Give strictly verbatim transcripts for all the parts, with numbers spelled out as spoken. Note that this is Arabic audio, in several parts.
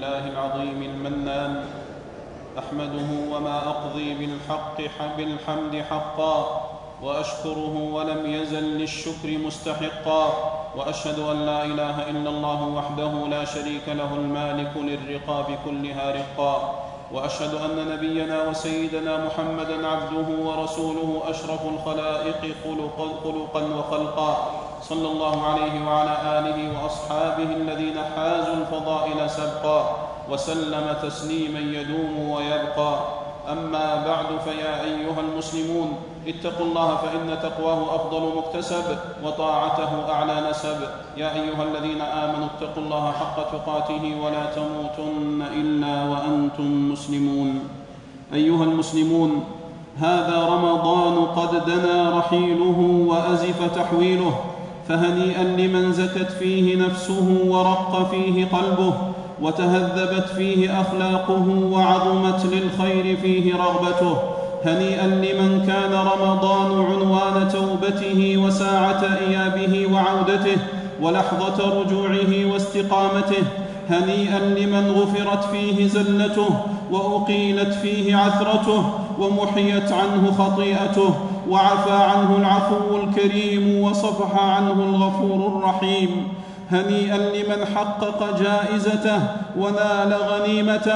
الإله العظيم المنان، أحمده وما أقضي بالحق بالحمد حقا، وأشكره ولم يزل للشكر مستحقا، وأشهد أن لا إله إلا الله وحده لا شريك له المالك للرقاب كلها رقا، وأشهد أن نبينا وسيدنا محمدًا عبده ورسوله أشرف الخلائق خلقًا وخلقا، صلى الله عليه وعلى آله وأصحابه الذين حازوا الفضائل سبقا، وسلم تسليمًا يدوم ويبقى. أما بعد، فيا أيها المسلمون، اتقوا الله فإن تقواه أفضل مكتسب، وطاعته أعلى نسب. يا أيها الذين آمنوا اتقوا الله حق تقاته ولا تموتن إلا وأنتم مسلمون. أيها المسلمون، هذا رمضان قد دنا رحيله وأزف تحويله، فهنيئا لمن زكت فيه نفسه ورق فيه قلبه، وتهذبت فيه أخلاقه، وعظمت للخير فيه رغبته. هنيئا لمن كان رمضان عنوان توبته وساعة إيابه وعودته ولحظة رجوعه واستقامته. هنيئا لمن غفرت فيه زلته، وأقيلت فيه عثرته، ومحيت عنه خطيئته، وعفى عنه العفو الكريم، وصفح عنه الغفور الرحيم. هنيئا لمن حقق جائزته ونال غنيمته،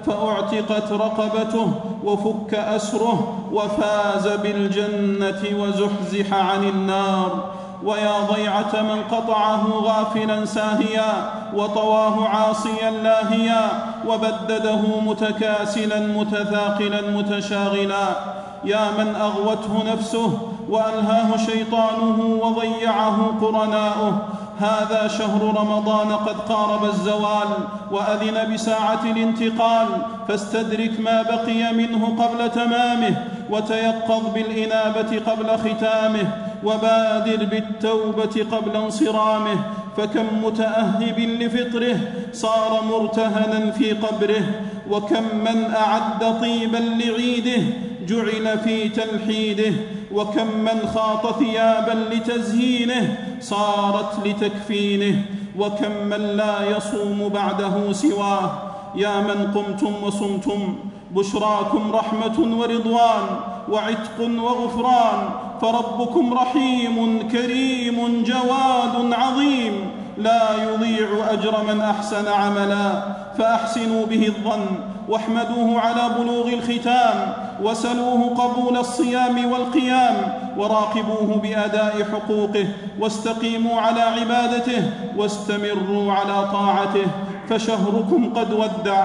فأعتقت رقبته وفك أسره، وفاز بالجنة وزحزح عن النار. ويا ضيعة من قطعه غافلا ساهيا، وطواه عاصيا لاهيا، وبدده متكاسلا متثاقلا متشاغلا. يا من أغوته نفسه وألهاه شيطانه وضيعه قرناؤه. هذا شهر رمضان قد قارب الزوال، وأذن بساعة الانتقال، فاستدرك ما بقي منه قبل تمامه، وتيقظ بالإنابة قبل ختامه، وبادر بالتوبة قبل انصرامه. فكم متأهب لفطره صار مرتهنا في قبره، وكم من أعد طيبا لعيده جعل في تلحيده، وكم من خاط ثيابا لتزيينه صارت لتكفينه، وكم من لا يصوم بعده سواه. يا من قمتم وصمتم، بشراكم رحمة ورضوان وعتق وغفران، فربكم رحيم كريم جواد عظيم، لا يضيع أجر من أحسن عملا. فأحسنوا به الظن، واحمدوه على بلوغ الختام، وسلوه قبول الصيام والقيام، وراقبوه بأداء حقوقه، واستقيموا على عبادته، واستمروا على طاعته. فشهركم قد ودع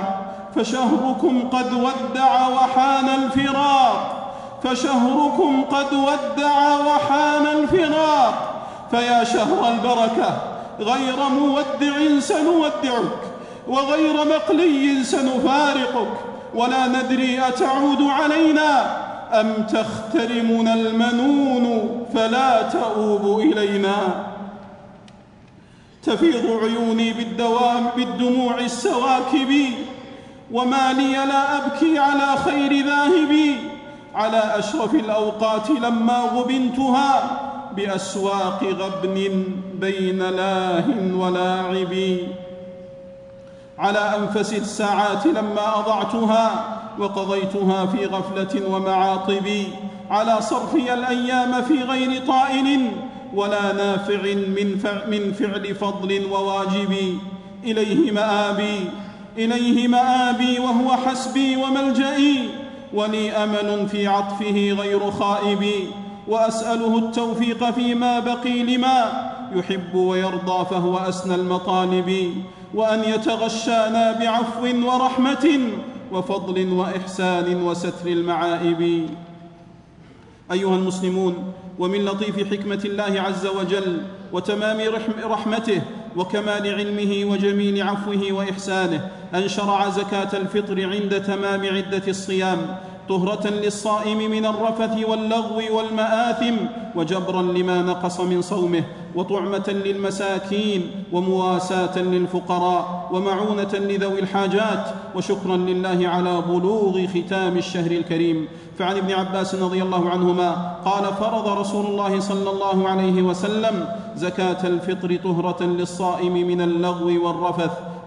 فشهركم قد ودع وحان الفراق فشهركم قد ودع وحان الفراق فيا شهر البركة، غير مودع سنودعك، وغير مقلي سنفارقك، ولا ندري أتعود علينا أم تخترمنا المنون فلا تؤوب إلينا. تفيض عيوني بالدوام بالدموع السواكب، وما لي لا أبكي على خير ذاهبي، على أشرف الأوقات لما غبنتها بأسواق غبن بين لاه ولاعب، على أنفس الساعات لما أضعتها وقضيتها في غفلة ومعاطب، على صرفي الأيام في غير طائل ولا نافع من فعل فضل وواجب. إليه مآبي إليه مآبي وهو حسبي وملجئي، ولي أمل في عطفه غير خائب، وأسأله التوفيق فيما بقي لما يحب ويرضى، فهو أسنى المطالب، وأن يتغشانا بعفو ورحمة وفضل وإحسان وستر المعائب. أيها المسلمون، ومن لطيف حكمة الله عز وجل وتمام رحمته وكمال علمه وجميل عفوه وإحسانه أن شرع زكاة الفطر عند تمام عدة الصيام، طهرة للصائم من الرفث واللغو والمآثم، وجبرا لما نقص من صومه، وطعمة للمساكين، ومواساة للفقراء، ومعونة لذوي الحاجات، وشكرا لله على بلوغ ختام الشهر الكريم. فعن ابن عباس رضي الله عنهما قال: فرض رسول الله صلى الله عليه وسلم زكاة الفطر طهرة للصائم من اللغو والرفث،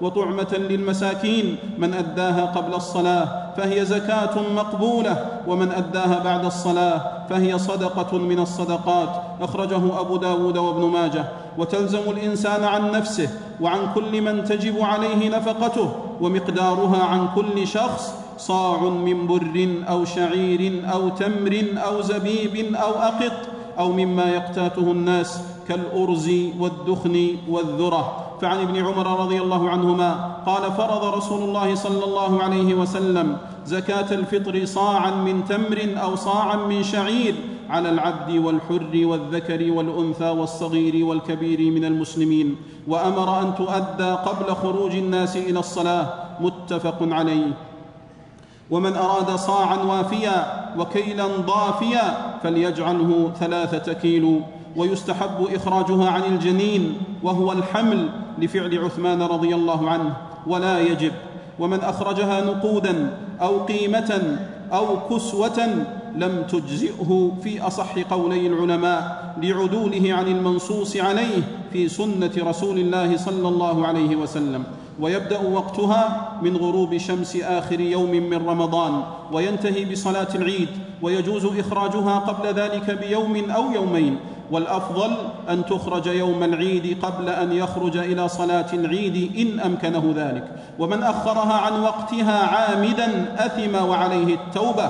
وطعمة للمساكين. من أداها قبل الصلاة فهي زكاة مقبولة، ومن أداها بعد الصلاة فهي صدقة من الصدقات. أخرجه أبو داود وابن ماجه. وتلزم الإنسان عن نفسه وعن كل من تجب عليه نفقته، ومقدارها عن كل شخص صاع من بر أو شعير أو تمر أو زبيب أو أقط أو مما يقتاته الناس كالأرز والدخن والذرة. فعن ابن عمر رضي الله عنهما قال: فرض رسول الله صلى الله عليه وسلم زكاة الفطر صاعا من تمر أو صاعا من شعير على العبد والحر والذكر والأنثى والصغير والكبير من المسلمين، وأمر أن تؤدى قبل خروج الناس إلى الصلاة. متفق عليه. ومن أراد صاعا وافيا وكيلا ضافيا فليجعله ثلاثة كيلو. ويستحب إخراجها عن الجنين وهو الحمل لفعل عثمان رضي الله عنه، ولا يجب. ومن أخرجها نقودا أو قيمة أو كسوة لم تجزئه في أصح قولي العلماء لعدوله عن المنصوص عليه في سنة رسول الله صلى الله عليه وسلم. ويبدأ وقتها من غروب شمس آخر يوم من رمضان وينتهي بصلاة العيد، ويجوز إخراجها قبل ذلك بيوم أو يومين، والأفضل أن تخرج يوم العيد قبل أن يخرج إلى صلاة العيد إن أمكنه ذلك. ومن أخرها عن وقتها عامدا أثم وعليه التوبة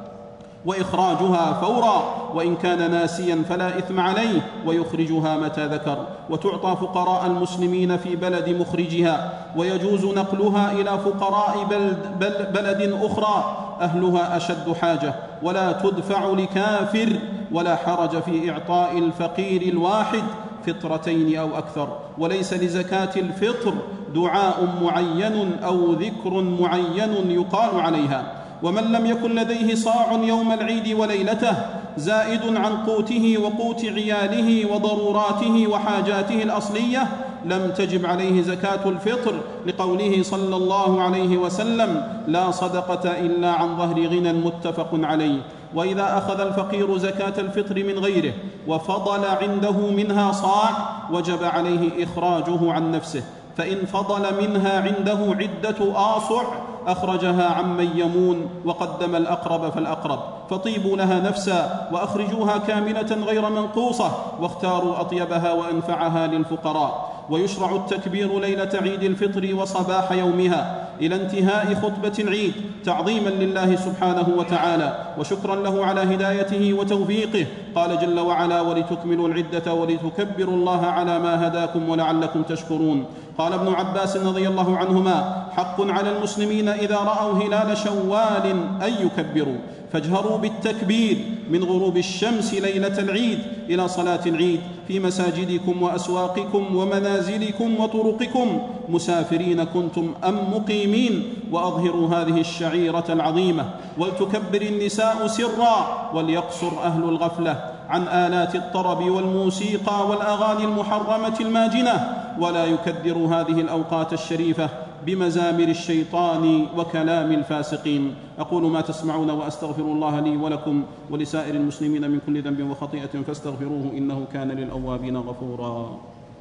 وإخراجها فورا، وإن كان ناسيا فلا إثم عليه، ويخرجها متى ذكر. وتعطى فقراء المسلمين في بلد مخرجها، ويجوز نقلها إلى فقراء بلد, بلد أخرى أهلها أشد حاجة، ولا تدفع لكافر، ولا حرج في إعطاء الفقير الواحد فطرتين أو أكثر. وليس لزكاة الفطر دعاء معين أو ذكر معين يقال عليها. ومن لم يكن لديه صاع يوم العيد وليلته زائد عن قوته وقوت عياله وضروراته وحاجاته الأصلية لم تجب عليه زكاة الفطر، لقوله صلى الله عليه وسلم: لا صدقة إلا عن ظهر غنى. متفق عليه. وإذا أخذ الفقير زكاة الفطر من غيره وفضل عنده منها صاع وجب عليه إخراجه عن نفسه، فإن فضل منها عنده عدة آصع أخرجها عمن يمون وقدم الأقرب فالأقرب. فطيبوا لها نفسا وأخرجوها كاملة غير منقوصة، واختاروا أطيبها وأنفعها للفقراء. ويشرع التكبير ليلة عيد الفطر وصباح يومها إلى انتهاء خطبة العيد تعظيما لله سبحانه وتعالى وشكرا له على هدايته وتوفيقه. قال جل وعلا: ولتكملوا العدة ولتكبروا الله على ما هداكم ولعلكم تشكرون. قال ابن عباس رضي الله عنهما: حق على المسلمين إذا رأوا هلال شوال أن يكبروا، فاجهروا بالتكبير من غروب الشمس ليلة العيد إلى صلاة العيد في مساجدكم وأسواقكم ومنازلكم وطرقكم، مسافرين كنتم أم مقيمين، وأظهروا هذه الشعيرة العظيمة. ولتكبر النساء سرا، وليقصر أهل الغفلة عن آلات الطرب والموسيقى والأغاني المحرمة الماجنة، ولا يكدروا هذه الأوقات الشريفة بمزامر الشيطان وكلام الفاسقين. أقول ما تسمعون وأستغفر الله لي ولكم ولسائر المسلمين من كل ذنب وخطيئة فاستغفروه إنه كان للأوابين غفورا.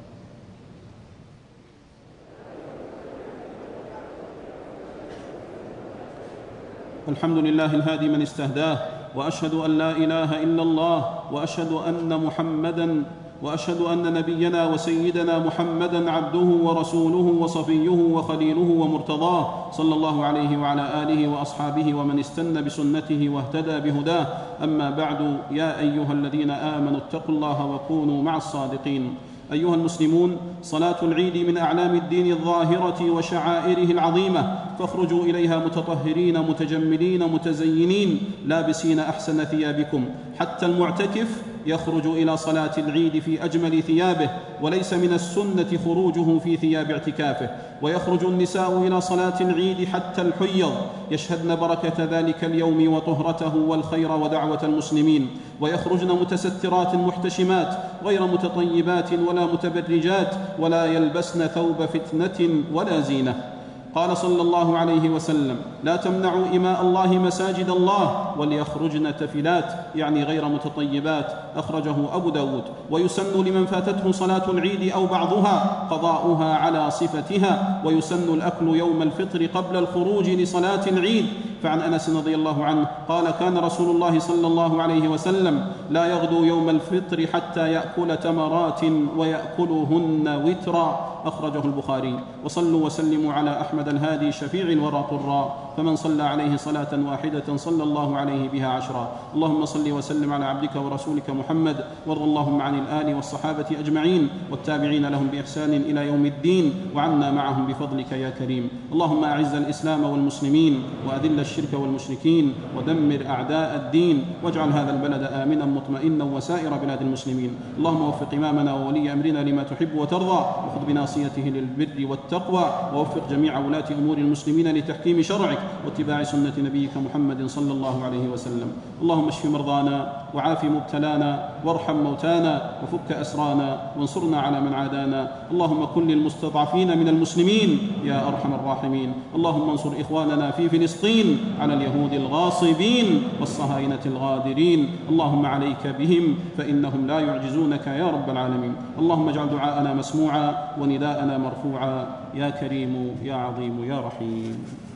الحمد لله الهادي من استهداه، وأشهد أن لا إله إلا الله، وأشهد أن محمدًا وأشهد أن نبينا وسيدنا محمدًا عبده ورسوله وصفيه وخليله ومرتضاه، صلى الله عليه وعلى آله وأصحابه ومن استنى بسنته واهتدى بهداه. أما بعد، يا أيها الذين آمنوا اتقوا الله وكونوا مع الصادقين. أيها المسلمون، صلاة العيد من أعلام الدين الظاهرة وشعائره العظيمة، فاخرجوا إليها متطهرين متجملين متزينين لابسين أحسن ثيابكم. حتى المعتكف يخرج إلى صلاة العيد في أجمل ثيابه، وليس من السنة خروجه في ثياب اعتكافه. ويخرج النساء إلى صلاة العيد حتى الحيض يشهدن بركة ذلك اليوم وطهرته والخير ودعوة المسلمين، ويخرجن متسترات محتشمات غير متطيبات ولا متبرجات، ولا يلبسن ثوب فتنة ولا زينة. قال صلى الله عليه وسلم: لا تمنعوا إماء الله مساجد الله وليخرجن تفلات، يعني غير متطيبات. أخرجه أبو داود. ويسن لمن فاتته صلاة العيد أو بعضها قضاؤها على صفتها، ويسن الأكل يوم الفطر قبل الخروج لصلاة العيد. فعن أنس رضي الله عنه قال: كان رسول الله صلى الله عليه وسلم لا يغدو يوم الفطر حتى يأكل تمرات ويأكلهن وترا. أخرجه البخاري. وصلوا وسلموا على أحمد الهادي شفيع الورى طرا، فمن صلى عليه صلاة واحدة صلى الله عليه بها عشرا. اللهم صل وسلم على عبدك ورسولك محمد، وارض اللهم عن الآل والصحابة أجمعين والتابعين لهم بإحسان إلى يوم الدين، وعنا معهم بفضلك يا كريم. اللهم أعز الإسلام والمسلمين، وأذل الشرك والمشركين، ودمر أعداء الدين، واجعل هذا البلد آمنا مطمئنا وسائر بلاد المسلمين. اللهم وفق إمامنا وولي أمرنا لما تحب وترضى، وخذ بناصيته للبر والتقوى، ووفق جميع ولاة أمور المسلمين لتحكيم شرعك واتباع سنة نبيك محمد صلى الله عليه وسلم. اللهم اشف مرضانا، وعاف مبتلانا، وارحم موتانا، وفك أسرانا، وانصرنا على من عادانا. اللهم كن للمستضعفين من المسلمين يا أرحم الراحمين. اللهم انصر إخواننا في فلسطين على اليهود الغاصبين والصهاينة الغادرين. اللهم عليك بهم فإنهم لا يعجزونك يا رب العالمين. اللهم اجعل دعاءنا مسموعا ونداءنا مرفوعا يا كريم يا عظيم يا رحيم.